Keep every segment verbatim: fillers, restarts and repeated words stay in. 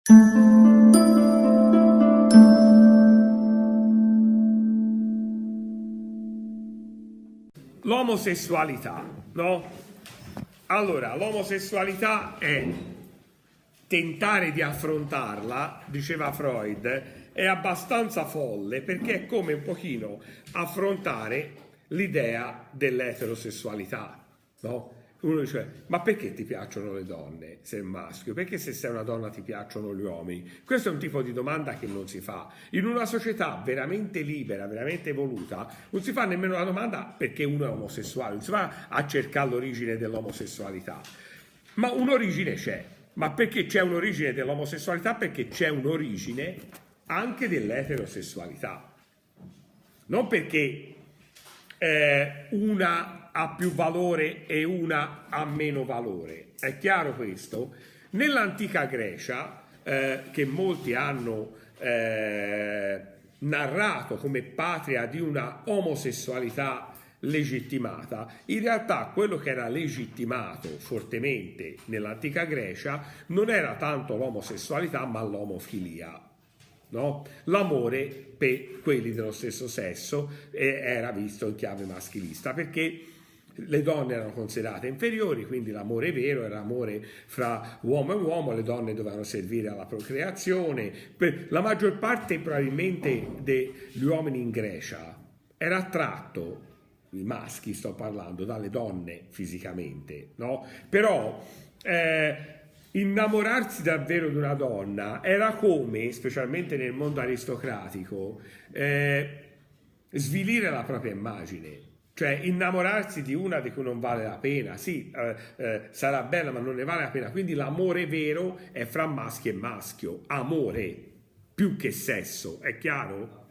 L'omosessualità, no? Allora, l'omosessualità è tentare di affrontarla, diceva Freud, è abbastanza folle perché è come un pochino affrontare l'idea dell'eterosessualità, no? Uno dice, ma perché ti piacciono le donne se è maschio? Perché se sei una donna ti piacciono gli uomini? Questo è un tipo di domanda che non si fa. In una società veramente libera, veramente evoluta, non si fa nemmeno la domanda perché uno è omosessuale, non si va a cercare l'origine dell'omosessualità. Ma un'origine c'è. Ma perché c'è un'origine dell'omosessualità? Perché c'è un'origine anche dell'eterosessualità. Non perché eh, una ha più valore e una ha meno valore. È chiaro questo? Nell'antica Grecia, eh, che molti hanno eh, narrato come patria di una omosessualità legittimata, in realtà quello che era legittimato fortemente nell'antica Grecia non era tanto l'omosessualità ma l'omofilia. No? L'amore per quelli dello stesso sesso era visto in chiave maschilista perché le donne erano considerate inferiori, quindi l'amore vero era l'amore fra uomo e uomo, le donne dovevano servire alla procreazione. Per la maggior parte probabilmente degli uomini in Grecia era attratto, i maschi sto parlando, dalle donne fisicamente, no? Però eh, innamorarsi davvero di una donna era come, specialmente nel mondo aristocratico, eh, svilire la propria immagine. Cioè innamorarsi di una di cui non vale la pena, sì, eh, eh, sarà bella ma non ne vale la pena, quindi l'amore vero è fra maschio e maschio, amore, più che sesso, è chiaro?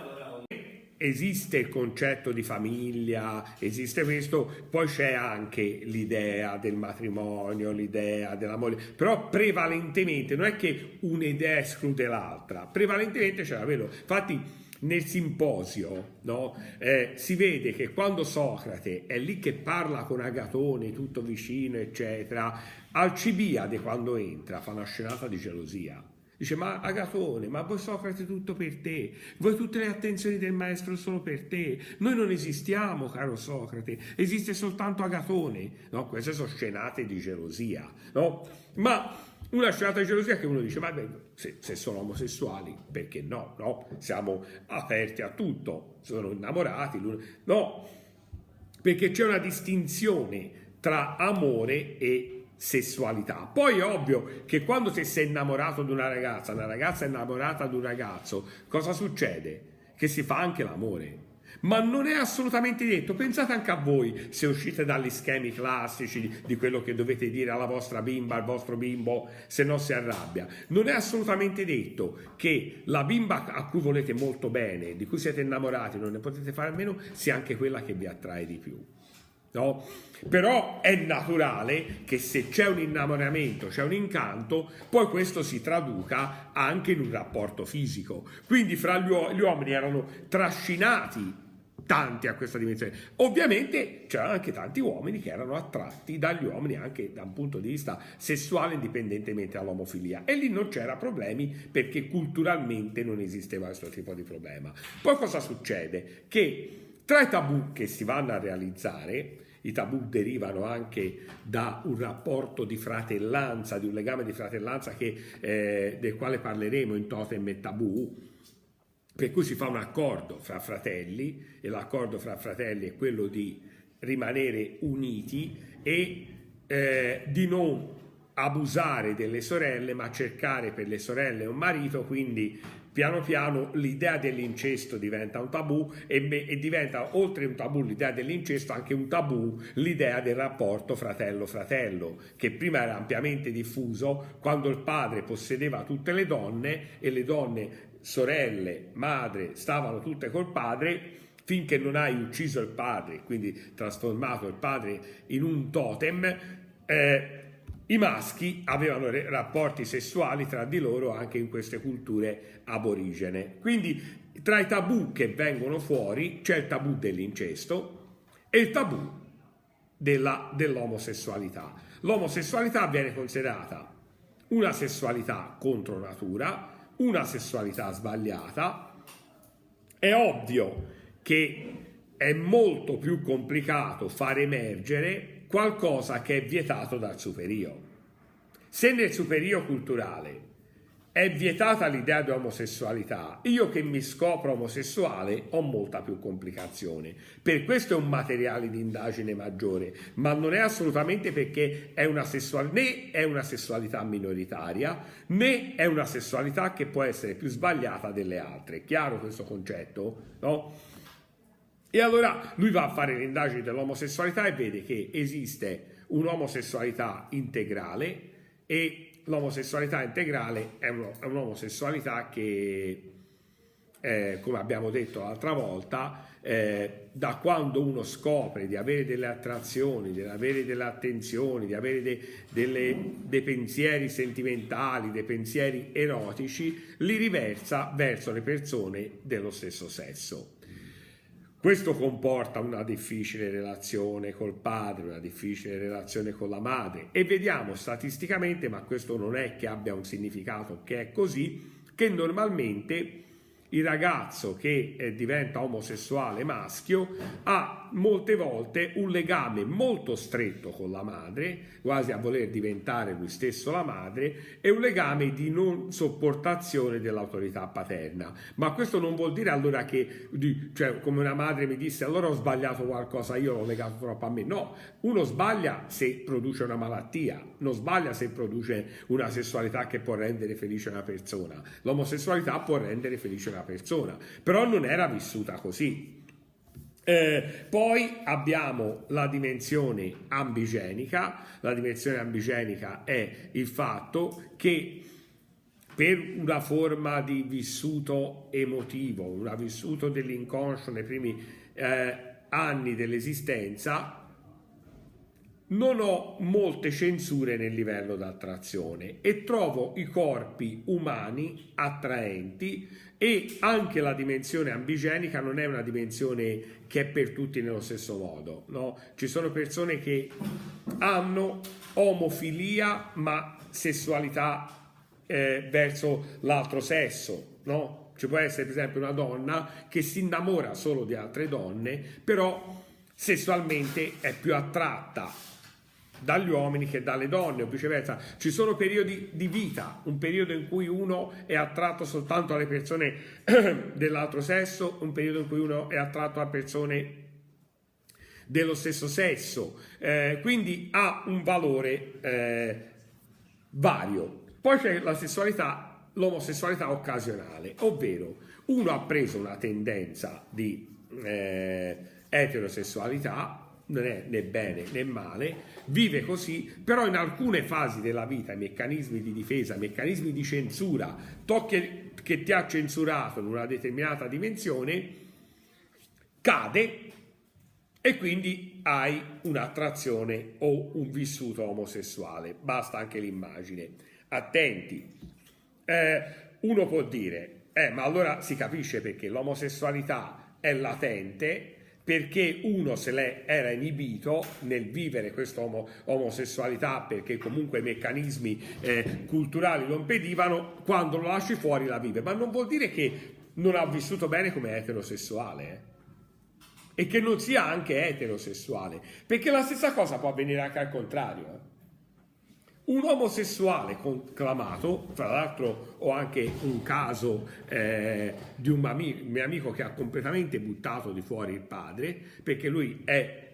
Esiste il concetto di famiglia, esiste questo, poi c'è anche l'idea del matrimonio, l'idea dell'amore, però prevalentemente non è che un'idea esclude l'altra, prevalentemente c'è la vero, infatti nel simposio, no? eh, si vede che quando Socrate è lì che parla con Agatone, tutto vicino, eccetera, Alcibiade quando entra fa una scenata di gelosia. Dice, ma Agatone, ma vuoi Socrate tutto per te? Vuoi tutte le attenzioni del maestro solo per te? Noi non esistiamo, caro Socrate, esiste soltanto Agatone. No, queste sono scenate di gelosia, no? Ma una scenata di gelosia che uno dice, ma beh, se, se sono omosessuali, perché no, no? Siamo aperti a tutto, sono innamorati, no, perché c'è una distinzione tra amore e sessualità. Poi è ovvio che quando ti sei innamorato di una ragazza, una ragazza è innamorata di un ragazzo, cosa succede? Che si fa anche l'amore. Ma non è assolutamente detto, pensate anche a voi se uscite dagli schemi classici di quello che dovete dire alla vostra bimba, al vostro bimbo, se no si arrabbia. Non è assolutamente detto che la bimba a cui volete molto bene, di cui siete innamorati, non ne potete fare a meno, sia anche quella che vi attrae di più. No? Però è naturale che se c'è un innamoramento, c'è un incanto, poi questo si traduca anche in un rapporto fisico. Quindi fra gli, uo- gli uomini erano trascinati tanti a questa dimensione. Ovviamente c'erano anche tanti uomini che erano attratti dagli uomini anche da un punto di vista sessuale indipendentemente dall'omofilia, e lì non c'era problemi perché culturalmente non esisteva questo tipo di problema. Poi cosa succede? Che tra i tabù che si vanno a realizzare, i tabù derivano anche da un rapporto di fratellanza, di un legame di fratellanza che, eh, del quale parleremo in Totem e Tabù, per cui si fa un accordo fra fratelli, e l'accordo fra fratelli è quello di rimanere uniti e eh, di non abusare delle sorelle, ma cercare per le sorelle un marito, quindi piano piano l'idea dell'incesto diventa un tabù e, e diventa, oltre un tabù l'idea dell'incesto, anche un tabù l'idea del rapporto fratello-fratello, che prima era ampiamente diffuso quando il padre possedeva tutte le donne e le donne, sorelle, madre, stavano tutte col padre, finché non hai ucciso il padre, quindi trasformato il padre in un totem. eh, I maschi avevano rapporti sessuali tra di loro anche in queste culture aborigene. Quindi tra i tabù che vengono fuori c'è il tabù dell'incesto e il tabù della, dell'omosessualità. L'omosessualità viene considerata una sessualità contro natura, una sessualità sbagliata. È ovvio che è molto più complicato far emergere qualcosa che è vietato dal superio. Se nel superio culturale è vietata l'idea di omosessualità, io che mi scopro omosessuale ho molta più complicazione. Per questo è un materiale di indagine maggiore, ma non è assolutamente perché è una sessual- né è una sessualità minoritaria, né è una sessualità che può essere più sbagliata delle altre. Chiaro questo concetto? No? E allora lui va a fare le indagini dell'omosessualità e vede che esiste un'omosessualità integrale, e l'omosessualità integrale è, uno, è un'omosessualità che, eh, come abbiamo detto l'altra volta, eh, da quando uno scopre di avere delle attrazioni, di avere delle attenzioni, di avere de, delle, dei pensieri sentimentali, dei pensieri erotici, li riversa verso le persone dello stesso sesso. Questo comporta una difficile relazione col padre, una difficile relazione con la madre, e vediamo statisticamente, ma questo non è che abbia un significato, che è così, che normalmente il ragazzo che eh, diventa omosessuale maschio ha molte volte un legame molto stretto con la madre, quasi a voler diventare lui stesso la madre, e un legame di non sopportazione dell'autorità paterna. Ma questo non vuol dire allora che, cioè, come una madre mi disse, allora ho sbagliato qualcosa, io l'ho legato troppo a me. No, uno sbaglia se produce una malattia, non sbaglia se produce una sessualità che può rendere felice una persona. L'omosessualità può rendere felice una persona, però non era vissuta così. Eh, poi abbiamo la dimensione ambigenica. La dimensione ambigenica è il fatto che per una forma di vissuto emotivo, un vissuto dell'inconscio nei primi eh, anni dell'esistenza, non ho molte censure nel livello d'attrazione e trovo i corpi umani attraenti, e anche la dimensione ambigenica non è una dimensione che è per tutti nello stesso modo, no? Ci sono persone che hanno omofilia ma sessualità eh, verso l'altro sesso, no? Ci può essere per esempio una donna che si innamora solo di altre donne, però sessualmente è più attratta dagli uomini che dalle donne, o viceversa. Ci sono periodi di vita, un periodo in cui uno è attratto soltanto alle persone dell'altro sesso, un periodo in cui uno è attratto a persone dello stesso sesso, eh, quindi ha un valore eh, vario. Poi c'è la sessualità, l'omosessualità occasionale, ovvero uno ha preso una tendenza di eh, eterosessualità, non è né bene né male, vive così, però in alcune fasi della vita i meccanismi di difesa, i meccanismi di censura, tocchi che ti ha censurato in una determinata dimensione, cade, e quindi hai un'attrazione o un vissuto omosessuale. Basta anche l'immagine. Attenti, eh, uno può dire, eh, ma allora si capisce perché l'omosessualità è latente, perché uno se l'è, era inibito nel vivere questa omo, omosessualità, perché comunque i meccanismi eh, culturali lo impedivano, quando lo lasci fuori la vive, ma non vuol dire che non ha vissuto bene come eterosessuale, eh? E che non sia anche eterosessuale, perché la stessa cosa può avvenire anche al contrario, eh? Un omosessuale conclamato, tra l'altro ho anche un caso eh, di un amico, mio amico che ha completamente buttato di fuori il padre, perché lui è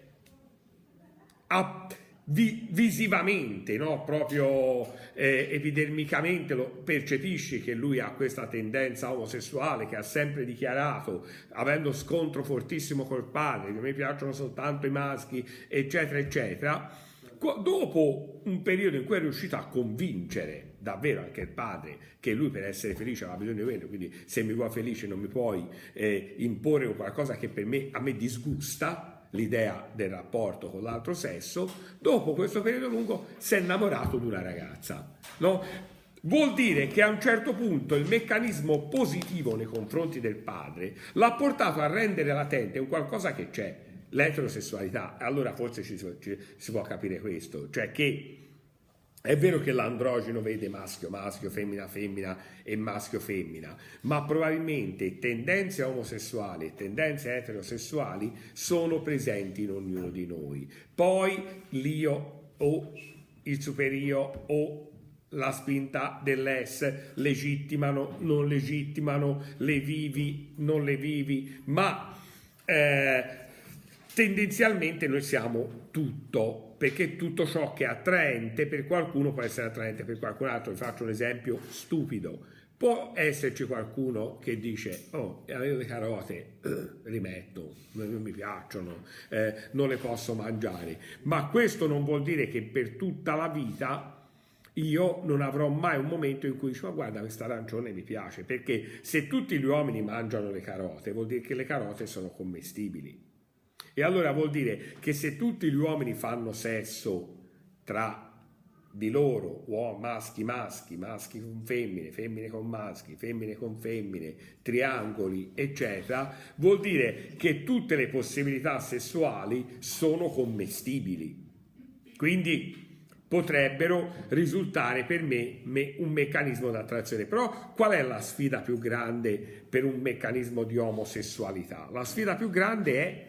ha, vi, visivamente, no, proprio eh, epidermicamente lo percepisci che lui ha questa tendenza omosessuale, che ha sempre dichiarato, avendo scontro fortissimo col padre, che a me piacciono soltanto i maschi, eccetera, eccetera. Dopo un periodo in cui è riuscito a convincere davvero anche il padre che lui per essere felice aveva bisogno di quello, quindi se mi vuoi felice non mi puoi eh, imporre qualcosa che per me, a me disgusta, l'idea del rapporto con l'altro sesso, dopo questo periodo lungo si è innamorato di una ragazza, no? Vuol dire che a un certo punto il meccanismo positivo nei confronti del padre l'ha portato a rendere latente un qualcosa che c'è, l'eterosessualità. Allora forse ci, ci si può capire questo, cioè che È vero che l'androgeno vede maschio, maschio, femmina, femmina e maschio, femmina, ma probabilmente tendenze omosessuali e tendenze eterosessuali sono presenti in ognuno di noi. Poi l'io o il superio o la spinta dell'es legittimano, non legittimano, le vivi, non le vivi, ma eh, tendenzialmente noi siamo tutto, perché tutto ciò che è attraente per qualcuno può essere attraente per qualcun altro. Vi faccio un esempio stupido: può esserci qualcuno che dice oh, io le carote eh, rimetto, non mi piacciono, eh, non le posso mangiare, ma questo non vuol dire che per tutta la vita io non avrò mai un momento in cui dico, ma guarda, questa arancione mi piace, perché se tutti gli uomini mangiano le carote vuol dire che le carote sono commestibili. E allora vuol dire che se tutti gli uomini fanno sesso tra di loro, uomini, maschi, maschi, maschi con femmine, femmine con maschi, femmine con femmine, triangoli, eccetera, vuol dire che tutte le possibilità sessuali sono commestibili. Quindi potrebbero risultare per me, me un meccanismo d'attrazione. Però qual è la sfida più grande per un meccanismo di omosessualità? La sfida più grande è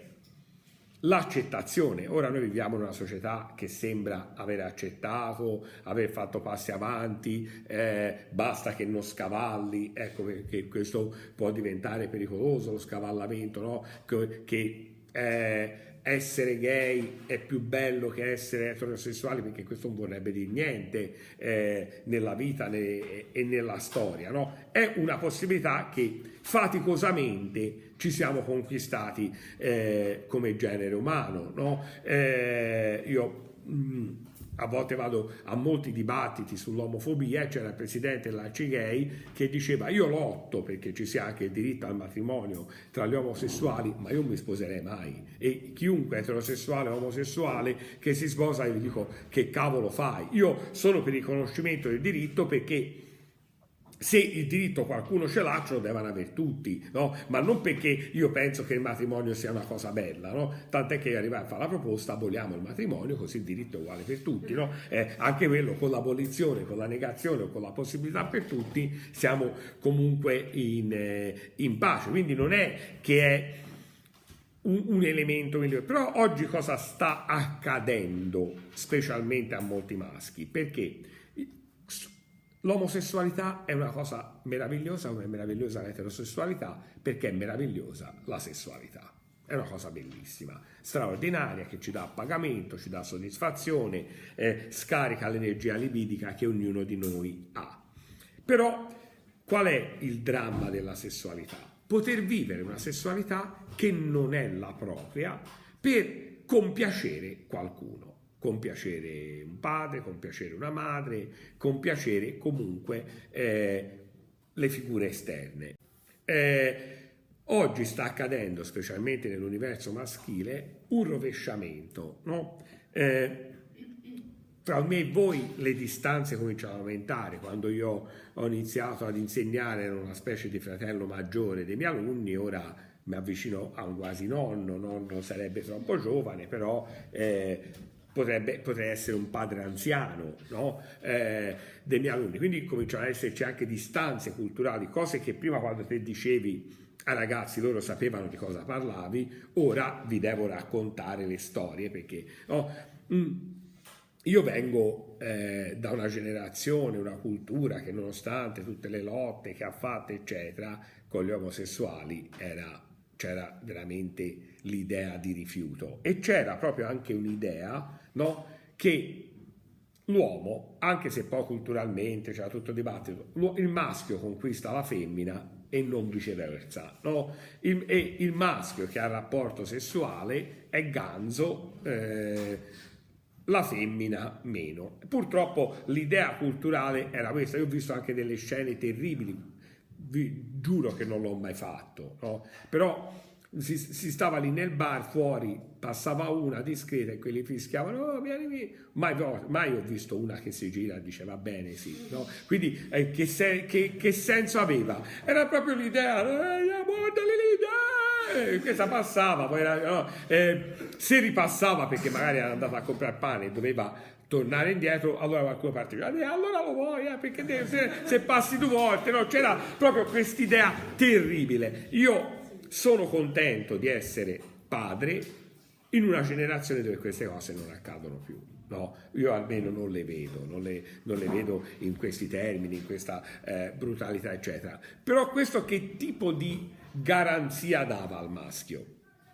l'accettazione. Ora noi viviamo in una società che sembra aver accettato, aver fatto passi avanti, eh, basta che non scavalli, ecco perché questo può diventare pericoloso, lo scavallamento, no? Che, che eh, essere gay è più bello che essere eterosessuali, perché questo non vorrebbe dire niente eh, nella vita ne, e nella storia, no? È una possibilità che faticosamente ci siamo conquistati eh, come genere umano, no? Eh, io mh, a volte vado a molti dibattiti sull'omofobia, c'era il presidente dell'A C I Gay che diceva io lotto perché ci sia anche il diritto al matrimonio tra gli omosessuali, ma io non mi sposerei mai, e chiunque eterosessuale o omosessuale che si sposa io gli dico che cavolo fai, io sono per il riconoscimento del diritto, perché se il diritto qualcuno ce l'ha, ce lo devono avere tutti, no? Ma non perché io penso che il matrimonio sia una cosa bella, no? Tant'è che arrivai a fare la proposta, aboliamo il matrimonio, così il diritto è uguale per tutti, no? Eh, anche quello con l'abolizione, con la negazione o con la possibilità per tutti, siamo comunque in, eh, in pace. Quindi non è che è un, un elemento migliore. Però oggi cosa sta accadendo, specialmente a molti maschi? Perché l'omosessualità è una cosa meravigliosa, come è meravigliosa l'eterosessualità, perché è meravigliosa la sessualità. È una cosa bellissima, straordinaria, che ci dà pagamento, ci dà soddisfazione, eh, scarica l'energia libidica che ognuno di noi ha. Però qual è il dramma della sessualità? Poter vivere una sessualità che non è la propria per compiacere qualcuno. Compiacere un padre, compiacere una madre, compiacere comunque eh, le figure esterne. Eh, oggi sta accadendo, specialmente nell'universo maschile, un rovesciamento, no? Eh, tra me e voi le distanze cominciano ad aumentare. Quando io ho iniziato ad insegnare, ero una specie di fratello maggiore dei miei alunni, ora mi avvicino a un quasi nonno, nonno sarebbe troppo giovane, però eh, Potrebbe, potrei essere un padre anziano, no? eh, dei miei alunni, quindi cominciano ad esserci anche distanze culturali, cose che prima, quando te dicevi ai ragazzi, loro sapevano di cosa parlavi, ora vi devo raccontare le storie, perché no? mm, io vengo eh, da una generazione, una cultura che, nonostante tutte le lotte che ha fatto eccetera, con gli omosessuali era c'era veramente l'idea di rifiuto, e c'era proprio anche un'idea, no, che l'uomo, anche se poi culturalmente c'era tutto il dibattito, il maschio conquista la femmina e non viceversa, no? il, e il maschio che ha rapporto sessuale è ganzo, eh, la femmina meno. Purtroppo l'idea culturale era questa. Io ho visto anche delle scene terribili, vi giuro che non l'ho mai fatto, no? Però si, si stava lì nel bar, fuori passava una discreta e quelli fischiavano, oh, vieni, vieni. Mai, mai ho visto una che si gira e dice va bene, sì, no? Quindi eh, che, se, che, che senso aveva? Era proprio l'idea, eh, l'idea, eh, questa passava, poi era, no? eh, se ripassava perché magari era andata a comprare pane e doveva tornare indietro, allora qualcuno parte, eh, allora lo vuoi, eh, perché devi, se, se passi due volte, no? C'era proprio quest'idea terribile. Io sono contento di essere padre in una generazione dove queste cose non accadono più. No, io almeno non le vedo, non le, non le vedo in questi termini, in questa eh, brutalità, eccetera. Però questo che tipo di garanzia dava al maschio?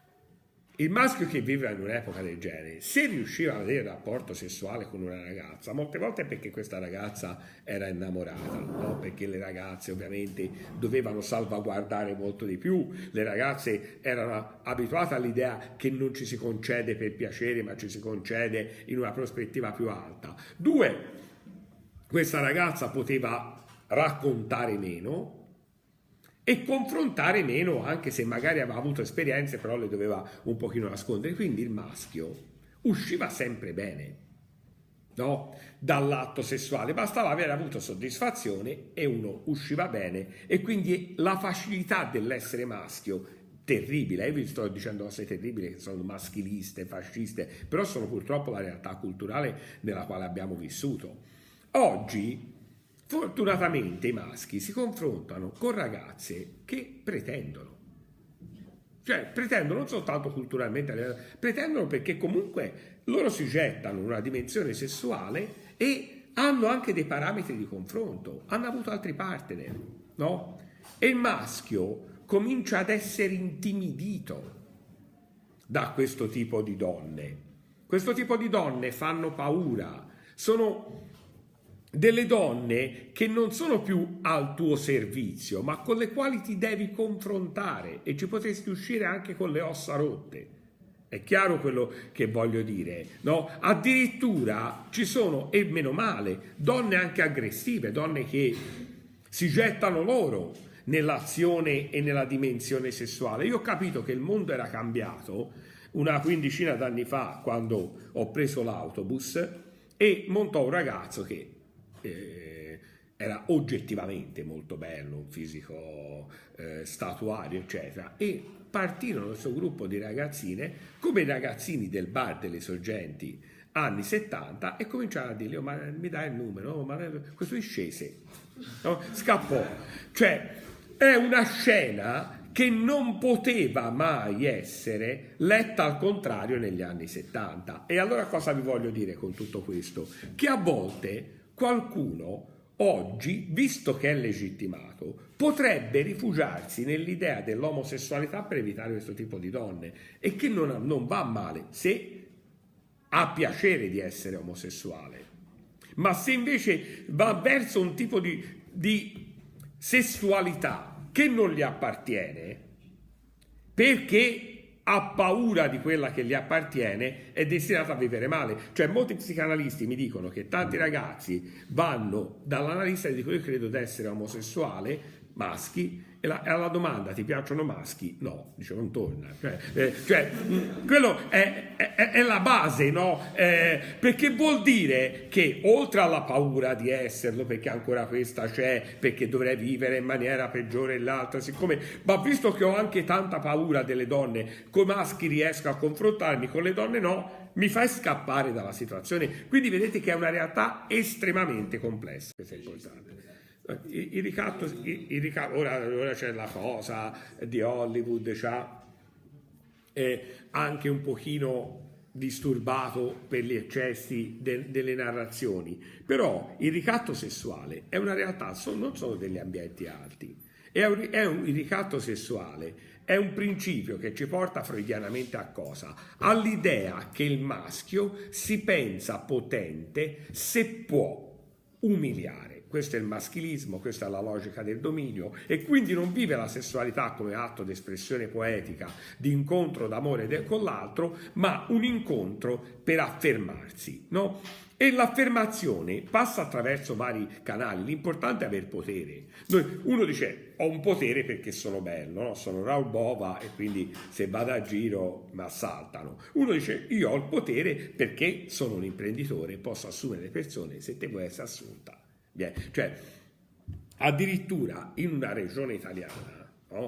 Il maschio che viveva in un'epoca del genere, se riusciva ad avere un rapporto sessuale con una ragazza, molte volte è perché questa ragazza era innamorata, no? Perché le ragazze ovviamente dovevano salvaguardare molto di più, le ragazze erano abituate all'idea che non ci si concede per piacere, ma ci si concede in una prospettiva più alta. Due, questa ragazza poteva raccontare meno e confrontare meno, anche se magari aveva avuto esperienze, però le doveva un pochino nascondere. Quindi il maschio usciva sempre bene, no? Dall'atto sessuale, bastava aver avuto soddisfazione e uno usciva bene, e quindi la facilità dell'essere maschio, terribile, io vi sto dicendo cose terribili che sono maschiliste, fasciste, però sono purtroppo la realtà culturale nella quale abbiamo vissuto. Oggi fortunatamente i maschi si confrontano con ragazze che pretendono, cioè pretendono non soltanto culturalmente, pretendono perché comunque loro si gettano in una dimensione sessuale e hanno anche dei parametri di confronto, hanno avuto altri partner, no? E il maschio comincia ad essere intimidito da questo tipo di donne. Questo tipo di donne fanno paura, sono delle donne che non sono più al tuo servizio, ma con le quali ti devi confrontare, e ci potresti uscire anche con le ossa rotte. È chiaro quello che voglio dire, no? Addirittura ci sono, e meno male, donne anche aggressive, donne che si gettano loro nell'azione e nella dimensione sessuale. Io ho capito che il mondo era cambiato una quindicina d'anni fa, quando ho preso l'autobus e montò un ragazzo che Eh, era oggettivamente molto bello, un fisico eh, statuario, eccetera, e partirono questo gruppo di ragazzine come i ragazzini del bar delle Sorgenti anni settanta e cominciarono a dirgli: oh, ma mi dai il numero? Oh, ma questo scese, no? Scappò. Cioè è una scena che non poteva mai essere letta al contrario negli anni settanta. E allora cosa vi voglio dire con tutto questo? Che a volte qualcuno oggi, visto che è legittimato, potrebbe rifugiarsi nell'idea dell'omosessualità per evitare questo tipo di donne, e che non, non va male se ha piacere di essere omosessuale, ma se invece va verso un tipo di, di sessualità che non gli appartiene perché ha paura di quella che gli appartiene, è destinato a vivere male. Cioè molti psicanalisti mi dicono che tanti ragazzi vanno dall'analista e dicono: io credo di essere omosessuale, maschi, e, la, e alla domanda: ti piacciono maschi? No, dice, non torna. Cioè, eh, cioè mh, quello è, è, è la base, no? Eh, perché vuol dire che oltre alla paura di esserlo, perché ancora questa c'è, perché dovrei vivere in maniera peggiore dell'altra, siccome, ma visto che ho anche tanta paura delle donne, con i maschi riesco a confrontarmi, con le donne no, mi fai scappare dalla situazione. Quindi vedete che è una realtà estremamente complessa. Questo è importante. Il, il ricatto, il, il ricatto ora, ora c'è la cosa di Hollywood, c'ha eh, anche un pochino disturbato per gli eccessi de, delle narrazioni, però il ricatto sessuale è una realtà so, non solo degli ambienti alti, è un, è un, il ricatto sessuale è un principio che ci porta freudianamente a cosa? All'idea che il maschio si pensa potente se può umiliare. Questo è il maschilismo, questa è la logica del dominio, e quindi non vive la sessualità come atto di espressione poetica, di incontro d'amore con l'altro, ma un incontro per affermarsi, no? E l'affermazione passa attraverso vari canali. L'importante è aver potere. Uno dice: ho un potere perché sono bello, no? Sono Raul Bova e quindi se vado a giro mi assaltano. Uno dice: io ho il potere perché sono un imprenditore, posso assumere le persone se te vuoi essere assunta. Cioè, addirittura in una regione italiana, no?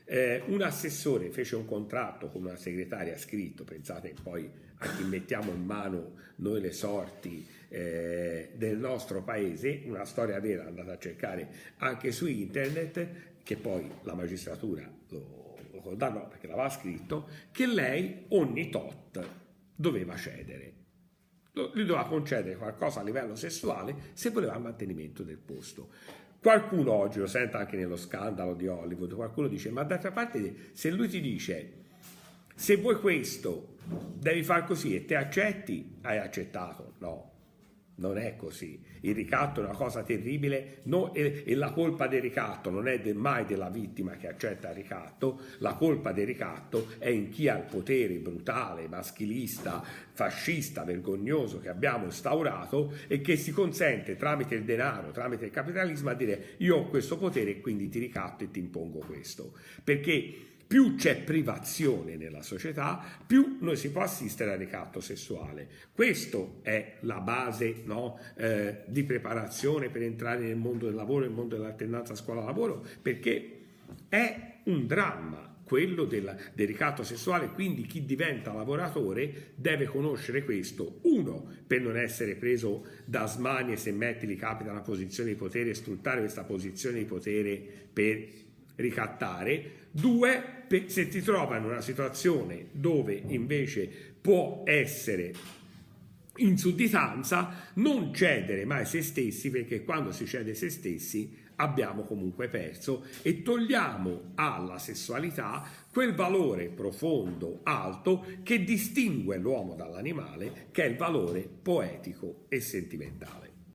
Eh, un assessore fece un contratto con una segretaria scritto, pensate poi a chi mettiamo in mano noi le sorti eh, del nostro paese, una storia vera, andate a cercare anche su internet, che poi la magistratura lo, lo condannò perché l'aveva scritto, che lei ogni tot doveva cedere. Gli doveva concedere qualcosa a livello sessuale se voleva il mantenimento del posto. Qualcuno oggi, lo sento anche nello scandalo di Hollywood, qualcuno dice, ma d'altra parte se lui ti dice se vuoi questo devi far così e te accetti, hai accettato. No, non è così. Il ricatto è una cosa terribile, no, e, e la colpa del ricatto non è del, mai della vittima che accetta il ricatto, la colpa del ricatto è in chi ha il potere brutale, maschilista, fascista, vergognoso che abbiamo instaurato e che si consente tramite il denaro, tramite il capitalismo a dire io ho questo potere e quindi ti ricatto e ti impongo questo. Perché più c'è privazione nella società, più noi si può assistere al ricatto sessuale. Questa è la base, no, eh, di preparazione per entrare nel mondo del lavoro, nel mondo dell'alternanza scuola-lavoro, perché è un dramma quello del, del ricatto sessuale, quindi chi diventa lavoratore deve conoscere questo, uno, per non essere preso da smanie se metti gli capita una posizione di potere e sfruttare questa posizione di potere per ricattare, due, se ti trova in una situazione dove invece può essere in sudditanza, non cedere mai se stessi, perché quando si cede se stessi abbiamo comunque perso e togliamo alla sessualità quel valore profondo, alto, che distingue l'uomo dall'animale, che è il valore poetico e sentimentale.